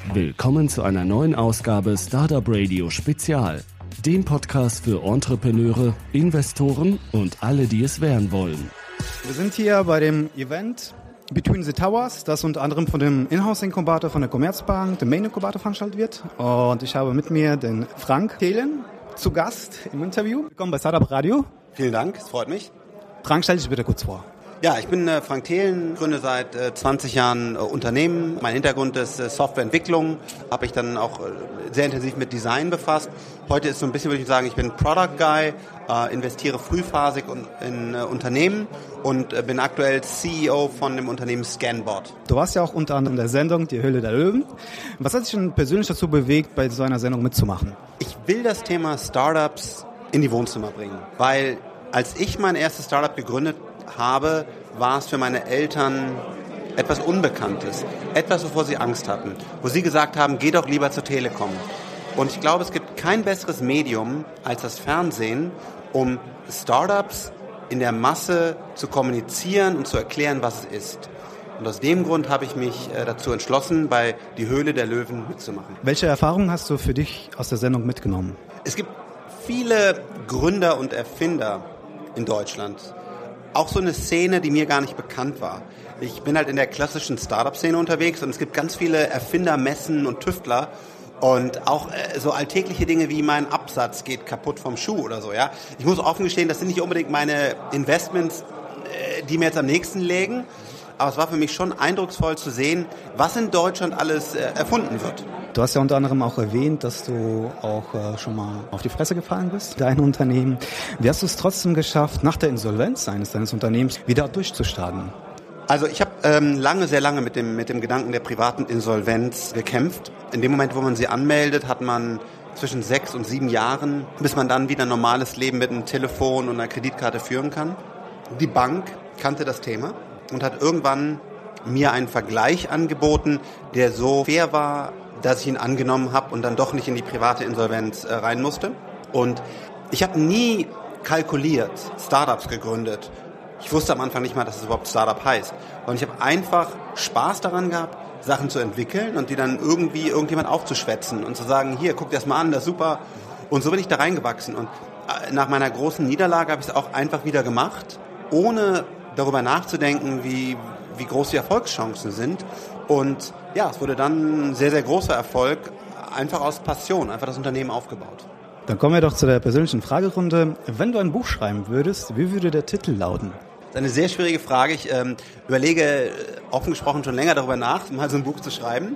Willkommen zu einer neuen Ausgabe Startup Radio Spezial, dem Podcast für Entrepreneure, Investoren und alle, die es werden wollen. Wir sind hier bei dem Event Between the Towers, das unter anderem von dem Inhouse-Inkubator von der Commerzbank, dem Main-Inkubator veranstaltet wird. Und ich habe mit mir den Frank Thelen zu Gast im Interview. Willkommen bei Startup Radio. Vielen Dank, es freut mich. Frank, stell dich bitte kurz vor. Ja, ich bin Frank Thelen, gründe seit 20 Jahren Unternehmen. Mein Hintergrund ist Softwareentwicklung, habe ich dann auch sehr intensiv mit Design befasst. Heute ist so ein bisschen, würde ich sagen, ich bin Product Guy, investiere frühphasig in Unternehmen und bin aktuell CEO von dem Unternehmen Scanbot. Du warst ja auch unter anderem in der Sendung Die Höhle der Löwen. Was hat dich denn persönlich dazu bewegt, bei so einer Sendung mitzumachen? Ich will das Thema Startups in die Wohnzimmer bringen, weil als ich mein erstes Startup gegründet habe, war es für meine Eltern etwas Unbekanntes, etwas, wovor sie Angst hatten, wo sie gesagt haben, geh doch lieber zur Telekom. Und ich glaube, es gibt kein besseres Medium als das Fernsehen, um Startups in der Masse zu kommunizieren und zu erklären, was es ist. Und aus dem Grund habe ich mich dazu entschlossen, bei Die Höhle der Löwen mitzumachen. Welche Erfahrungen hast du für dich aus der Sendung mitgenommen? Es gibt viele Gründer und Erfinder in Deutschland. Auch so eine Szene, die mir gar nicht bekannt war. Ich bin halt in der klassischen Startup-Szene unterwegs und es gibt ganz viele Erfindermessen und Tüftler und auch so alltägliche Dinge wie mein Absatz geht kaputt vom Schuh oder so. Ja, ich muss offen gestehen, das sind nicht unbedingt meine Investments, die mir jetzt am nächsten liegen. Aber es war für mich schon eindrucksvoll zu sehen, was in Deutschland alles erfunden wird. Du hast ja unter anderem auch erwähnt, dass du auch schon mal auf die Fresse gefallen bist, dein Unternehmen. Wie hast du es trotzdem geschafft, nach der Insolvenz deines Unternehmens wieder durchzustarten? Also ich habe sehr lange mit dem Gedanken der privaten Insolvenz gekämpft. In dem Moment, wo man sie anmeldet, hat man zwischen 6 und 7 Jahren, bis man dann wieder ein normales Leben mit einem Telefon und einer Kreditkarte führen kann. Die Bank kannte das Thema und hat irgendwann mir einen Vergleich angeboten, der so fair war, dass ich ihn angenommen habe und dann doch nicht in die private Insolvenz rein musste. Und ich habe nie kalkuliert, Startups gegründet. Ich wusste am Anfang nicht mal, dass es überhaupt Startup heißt. Und ich habe einfach Spaß daran gehabt, Sachen zu entwickeln und die dann irgendwie irgendjemand aufzuschwätzen und zu sagen, hier, guck dir das mal an, das ist super. Und so bin ich da reingewachsen. Und nach meiner großen Niederlage habe ich es auch einfach wieder gemacht, ohne darüber nachzudenken, wie groß die Erfolgschancen sind. Und ja, es wurde dann ein sehr, sehr großer Erfolg, einfach aus Passion, einfach das Unternehmen aufgebaut. Dann kommen wir doch zu der persönlichen Fragerunde. Wenn du ein Buch schreiben würdest, wie würde der Titel lauten? Das ist eine sehr schwierige Frage. Ich überlege offen gesprochen schon länger darüber nach, mal so ein Buch zu schreiben.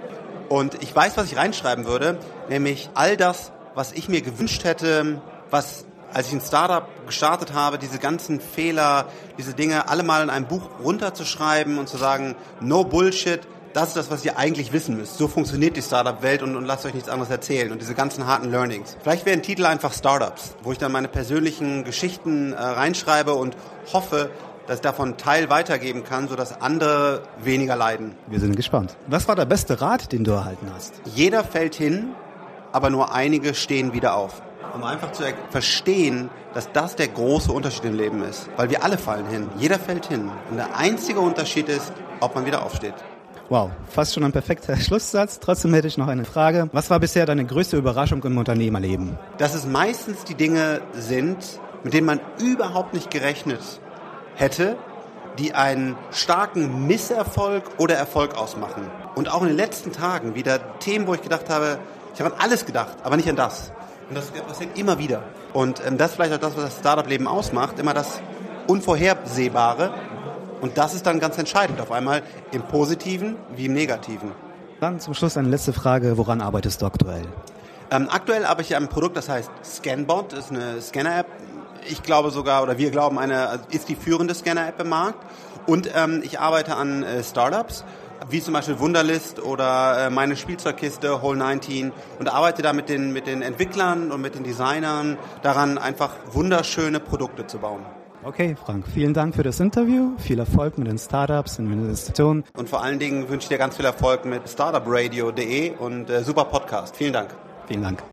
Und ich weiß, was ich reinschreiben würde, nämlich all das, was ich mir gewünscht hätte, was, als ich ein Startup gestartet habe, diese ganzen Fehler, diese Dinge alle mal in einem Buch runterzuschreiben und zu sagen, no Bullshit, das ist das, was ihr eigentlich wissen müsst. So funktioniert die Startup-Welt und lasst euch nichts anderes erzählen. Und diese ganzen harten Learnings. Vielleicht wäre ein Titel einfach Startups, wo ich dann meine persönlichen Geschichten reinschreibe und hoffe, dass ich davon einen Teil weitergeben kann, sodass andere weniger leiden. Wir sind gespannt. Was war der beste Rat, den du erhalten hast? Jeder fällt hin, aber nur einige stehen wieder auf. Um einfach zu verstehen, dass das der große Unterschied im Leben ist. Weil wir alle fallen hin. Jeder fällt hin. Und der einzige Unterschied ist, ob man wieder aufsteht. Wow, fast schon ein perfekter Schlusssatz. Trotzdem hätte ich noch eine Frage. Was war bisher deine größte Überraschung im Unternehmerleben? Dass es meistens die Dinge sind, mit denen man überhaupt nicht gerechnet hätte, die einen starken Misserfolg oder Erfolg ausmachen. Und auch in den letzten Tagen wieder Themen, wo ich gedacht habe, ich habe an alles gedacht, aber nicht an das. Und das passiert immer wieder. Und das ist vielleicht auch das, was das Startup-Leben ausmacht, immer das Unvorhersehbare. Und das ist dann ganz entscheidend, auf einmal im Positiven wie im Negativen. Dann zum Schluss eine letzte Frage, woran arbeitest du aktuell? Aktuell arbeite ich an einem Produkt, das heißt Scanbot, das ist eine Scanner-App. Ich glaube sogar, oder wir glauben, ist die führende Scanner-App im Markt. Und ich arbeite an Startups, wie zum Beispiel Wunderlist oder meine Spielzeugkiste Hole19 und arbeite da mit den Entwicklern und mit den Designern daran, einfach wunderschöne Produkte zu bauen. Okay, Frank, vielen Dank für das Interview. Viel Erfolg mit den Startups und mit den Investitionen. Und vor allen Dingen wünsche ich dir ganz viel Erfolg mit startupradio.de und super Podcast. Vielen Dank. Vielen Dank.